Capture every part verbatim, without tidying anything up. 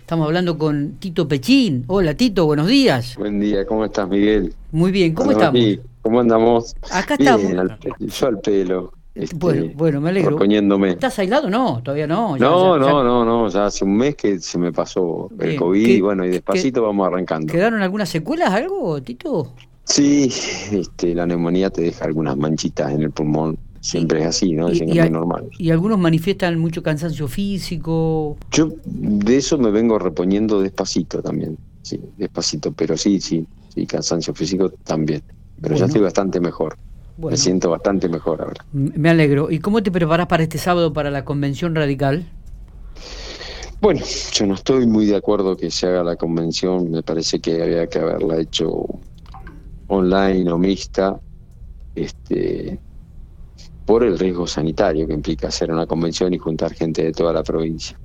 Estamos hablando con Tito Pechín. Hola Tito, buenos días. Buen día, ¿cómo estás, Miguel? Muy bien, ¿cómo Andamos estamos? aquí. ¿Cómo andamos? Acá Bien, estamos. al pe- yo al pelo, este, Bueno, bueno, me alegro. reponiéndome. ¿Estás aislado? No, todavía no. Ya, ya, No, ya. no, no, no, ya hace un mes que se me pasó el Bien. COVID y ¿Qué, bueno, y qué- qué- despacito vamos arrancando. ¿Quedaron algunas secuelas, algo, Tito? Sí, este, la neumonía te deja algunas manchitas en el pulmón. Y, Siempre es así, ¿no? y, Dicen que y, es muy a- normal. y algunos manifiestan mucho cansancio físico. Yo de eso me vengo reponiendo despacito también. Sí, despacito, pero sí, sí, sí, cansancio físico también. Pero ya Bueno, estoy bastante mejor. Me bueno, siento bastante mejor ahora. m- me alegro. ¿Y cómo te preparás para este sábado para la convención radical? Bueno, yo no estoy muy de acuerdo que se haga la convención, me parece que había que haberla hecho online o mixta, este, por el riesgo sanitario que implica hacer una convención y juntar gente de toda la provincia.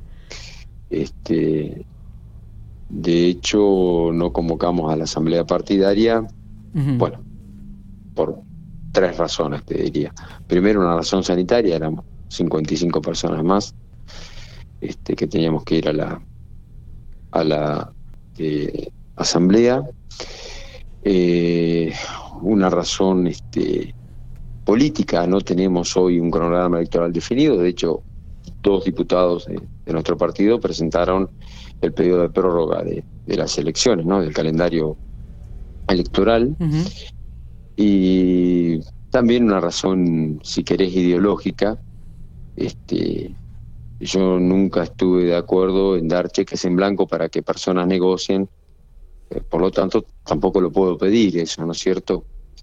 Este, de hecho, no convocamos a la asamblea partidaria, Ujú. bueno, por tres razones, te diría. Primero, una razón sanitaria, éramos cincuenta y cinco personas más. Este, que teníamos que ir a la a la eh, asamblea. Eh, una razón este, política, no tenemos hoy un cronograma electoral definido. De hecho, dos diputados de, de nuestro partido presentaron el pedido de prórroga de, de las elecciones, ¿no? Del calendario electoral. Ujú. Y también una razón, si querés, ideológica. este Yo nunca estuve de acuerdo en dar cheques en blanco para que personas negocien, eh, por lo tanto tampoco lo puedo pedir eso, ¿no es cierto?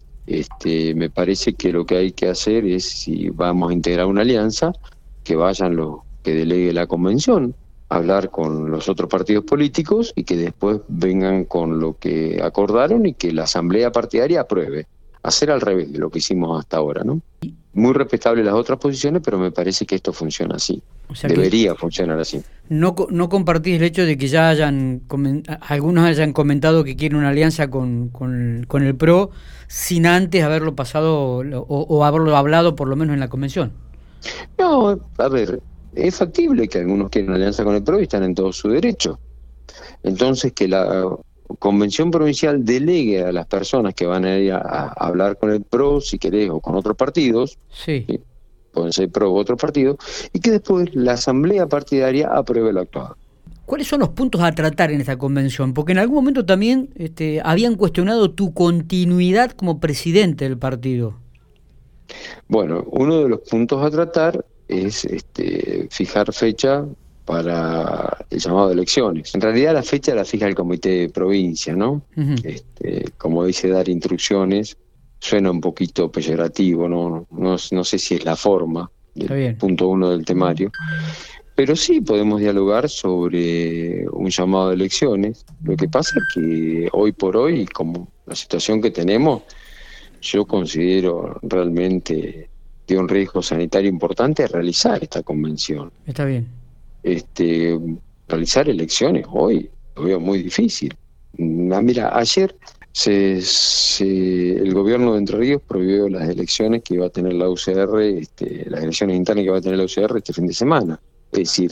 Este, me parece que lo que hay que hacer es, si vamos a integrar una alianza, que vayan los que delegue la convención, hablar con los otros partidos políticos y que después vengan con lo que acordaron y que la asamblea partidaria apruebe. Hacer al revés de lo que hicimos hasta ahora, ¿no? Muy respetable las otras posiciones, pero me parece que esto funciona así. O sea que Debería funcionar así. no, co- no compartís el hecho de que ya hayan comen- a- algunos hayan comentado que quieren una alianza con, con, con el P R O sin antes haberlo pasado lo- o, o haberlo hablado por lo menos en la convención. No, a ver, es factible que algunos quieran una alianza con el P R O y están en todo su derecho. Entonces, que la convención provincial delegue a las personas que van a ir a, a hablar con el P R O, si querés, o con otros partidos, Sí. ¿sí? Pueden ser P R O u otros partidos, y que después la asamblea partidaria apruebe lo actuado. ¿Cuáles son los puntos a tratar en esta convención? Porque en algún momento también este, habían cuestionado tu continuidad como presidente del partido. Bueno, uno de los puntos a tratar es este, fijar fecha para el llamado de elecciones. En realidad la fecha la fija el comité de provincia, ¿no? Ujú. Este, como dice, dar instrucciones suena un poquito peyorativo, ¿no? No, no sé si es la forma Está del bien. punto uno del temario, pero sí podemos dialogar sobre un llamado de elecciones. Lo que pasa es que hoy por hoy, como la situación que tenemos, yo considero realmente de un riesgo sanitario importante realizar esta convención. Está bien. Este, realizar elecciones hoy lo veo muy difícil. Ah, Mira, ayer se, se- el gobierno de Entre Ríos prohibió las elecciones que iba a tener la U C R, este, las elecciones internas que va a tener la U C R este fin de semana. Es decir,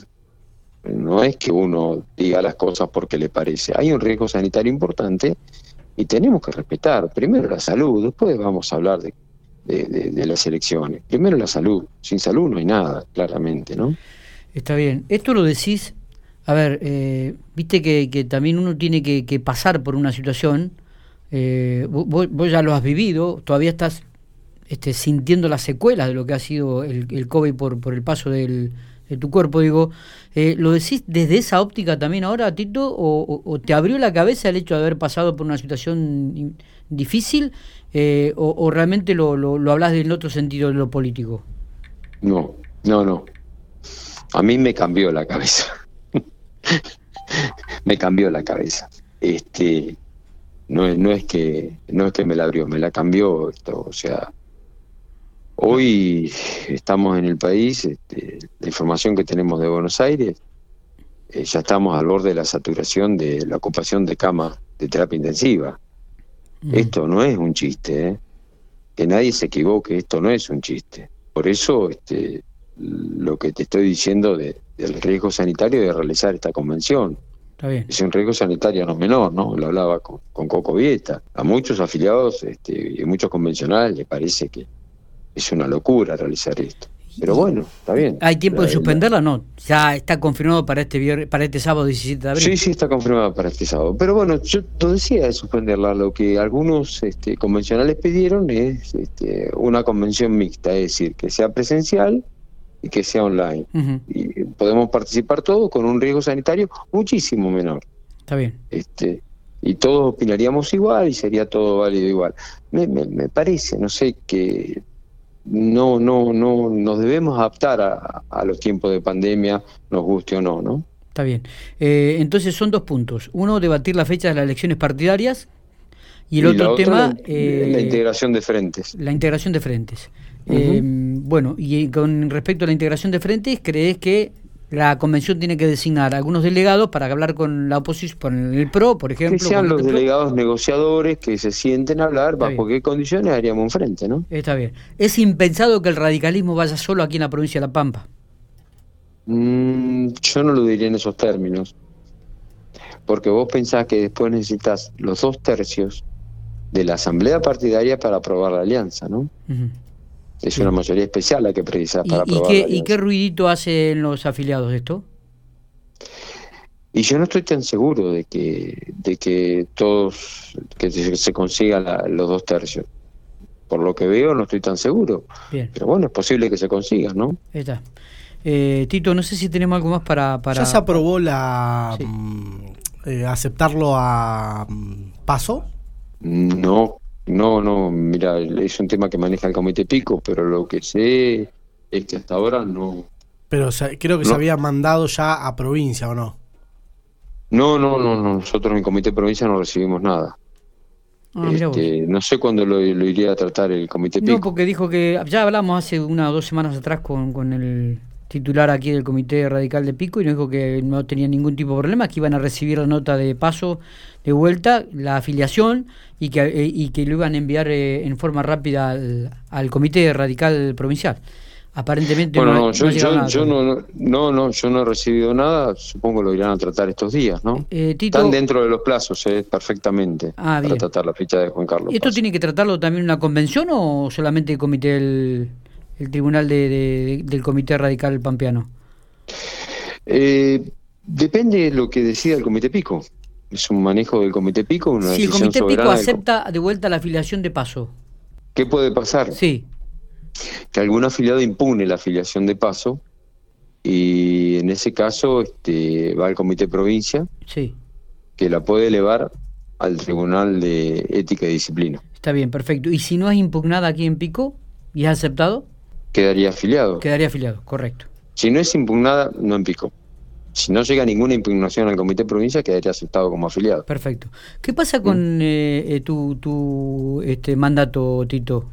no es que uno diga las cosas porque le parece. Hay un riesgo sanitario importante y tenemos que respetar primero la salud, después vamos a hablar de, de, de- de las elecciones. Primero la salud. Sin salud no hay nada, claramente, ¿no? Está bien. Esto lo decís, a ver, eh, viste que, que también uno tiene que, que pasar por una situación, eh, vo- vos, vos ya lo has vivido, todavía estás este, sintiendo las secuelas de lo que ha sido el, el COVID por, por el paso del, de tu cuerpo, digo, eh, ¿lo decís desde esa óptica también ahora, Tito, o, o- o te abrió la cabeza el hecho de haber pasado por una situación in- difícil, eh, o, o realmente lo, lo, lo hablás del otro sentido de lo político? No, no, no. A mí me cambió la cabeza. Me cambió la cabeza. Este, no es, no es que, no es que me la abrió, me la cambió esto. O sea, hoy estamos en el país, este, la información que tenemos de Buenos Aires, eh, ya estamos al borde de la saturación de la ocupación de camas de terapia intensiva. Mm. Esto no es un chiste, ¿eh? Que nadie se equivoque, esto no es un chiste. Por eso, este, lo que te estoy diciendo de, del riesgo sanitario de realizar esta convención. Está bien. Es un riesgo sanitario no menor, ¿no? Lo hablaba con, con Coco Vieta. A muchos afiliados este, y muchos convencionales les parece que es una locura realizar esto. Pero bueno, está bien. ¿Hay tiempo la, de suspenderla? No, ya está confirmado para este vier... para este sábado diecisiete de abril. Sí, sí, está confirmado para este sábado. Pero bueno, yo no decía de suspenderla. Lo que algunos este, convencionales pidieron es este, una convención mixta, es decir, que sea presencial y que sea online. Uh-huh. Y podemos participar todos con un riesgo sanitario muchísimo menor. Está bien. Este, y todos opinaríamos igual y sería todo válido igual. Me, me, me parece, no sé, que no no no nos debemos adaptar a, a los tiempos de pandemia, nos guste o no, ¿no? Está bien. Eh, entonces son dos puntos. Uno, debatir la fecha de las elecciones partidarias y el y otro tema... La, eh, la integración de frentes. La integración de frentes. Uh-huh. Eh, bueno, y con respecto a la integración de frentes, ¿crees que la convención tiene que designar algunos delegados para hablar con la oposición, con el P R O, por ejemplo? Que sean los el delegados negociadores que se sienten a hablar, Está bajo bien. qué condiciones haríamos un frente, ¿no? Está bien. ¿Es impensado que el radicalismo vaya solo aquí en la provincia de La Pampa? Mm, yo no lo diría en esos términos, porque vos pensás que después necesitas los dos tercios de la asamblea partidaria para aprobar la alianza, ¿no? Uh-huh. Es sí. Una mayoría especial la que precisas para ¿Y, aprobar y qué, la alianza. ¿Y qué ruidito hacen los afiliados de esto? Y yo no estoy tan seguro de que de que todos que se consigan la, los dos tercios. Por lo que veo no estoy tan seguro. Bien. Pero bueno, es posible que se consiga, ¿no? Ahí está. Eh, Tito, no sé si tenemos algo más para... para... ¿Ya se aprobó la sí. eh, aceptarlo a Paso? No, no, no. Mira, es un tema que maneja el Comité Pico, pero lo que sé es que hasta ahora no... Pero o sea, creo que no. Se había mandado ya a provincia, ¿o no? No, no, no, no. Nosotros en Comité Provincia no recibimos nada. Ah, este, no sé cuándo lo, lo iría a tratar el Comité Pico. No, porque dijo que... Ya hablamos hace una o dos semanas atrás con, con el titular aquí del Comité Radical de Pico y nos dijo que no tenía ningún tipo de problema, que iban a recibir la nota de paso de vuelta, la afiliación, y que, eh, y que lo iban a enviar eh, en forma rápida al, al Comité Radical Provincial. Aparentemente bueno, no, no, yo, no, yo, nada yo no, no, no, yo no he recibido nada, supongo lo irán a tratar estos días, ¿no? Eh, Tito, están dentro de los plazos, eh, perfectamente, ah, para tratar la ficha de Juan Carlos. ¿Y esto Paso. Tiene que tratarlo también una convención o solamente el comité, el, el tribunal de, de, del Comité Radical Pampeano? Eh, depende de lo que decida el Comité Pico. Es un manejo del Comité Pico, una si el decisión Comité Pico soberana acepta del... de vuelta la afiliación de Paso. ¿Qué puede pasar? Sí. Que algún afiliado impugne la afiliación de Paso y en ese caso este, va al Comité Provincia, sí, que la puede elevar al Tribunal de Ética y Disciplina. Está bien, perfecto. ¿Y si no es impugnada aquí en Pico y es aceptado? Quedaría afiliado. Quedaría afiliado, correcto. Si no es impugnada, no en Pico. Si no llega ninguna impugnación al Comité Provincia, quedaría aceptado como afiliado. Perfecto. ¿Qué pasa con mm. eh, eh, tu, tu este mandato, Tito?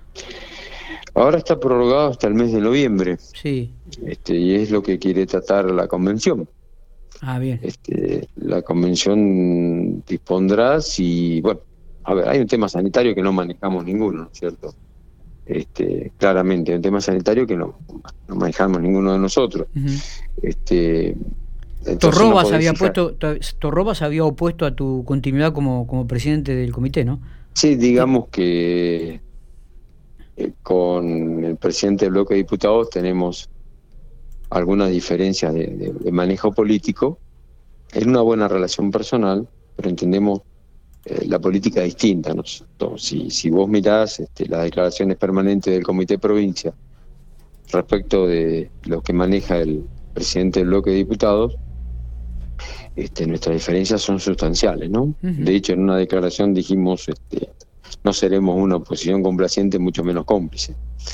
Ahora está prorrogado hasta el mes de noviembre. Sí. Este, y es lo que quiere tratar la convención. Ah, bien. Este, la convención dispondrá si, bueno, a ver, hay un tema sanitario que no manejamos ninguno, ¿no es cierto? Este, claramente, hay un tema sanitario que no, no manejamos ninguno de nosotros. Uh-huh. Este, Torrobas no había fijar. puesto, Torrobas había opuesto a tu continuidad como, como presidente del comité, ¿no? Sí, digamos sí. que eh, con el presidente del bloque de diputados tenemos algunas diferencias de, de, de manejo político. Es una buena relación personal, pero entendemos eh, la política distinta, ¿no? Si, si vos mirás este, las declaraciones permanentes del Comité Provincia respecto de lo que maneja el presidente del bloque de diputados, este, nuestras diferencias son sustanciales, ¿no? Uh-huh. De hecho, en una declaración dijimos, este, no seremos una oposición complaciente, mucho menos cómplice.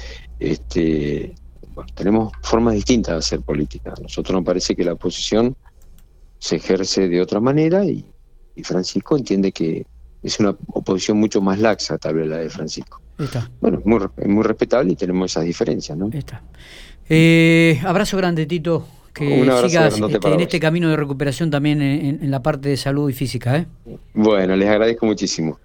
Este, bueno, tenemos formas distintas de hacer política. A nosotros nos parece que la oposición se ejerce de otra manera y, y Francisco entiende que es una oposición mucho más laxa, tal vez la de Francisco. Está. Bueno, es muy, es muy respetable y tenemos esas diferencias, ¿no? Está. Eh, abrazo grande, Tito. Que sigas este, en este camino de recuperación también en, en la parte de salud y física, ¿eh? Bueno, les agradezco muchísimo.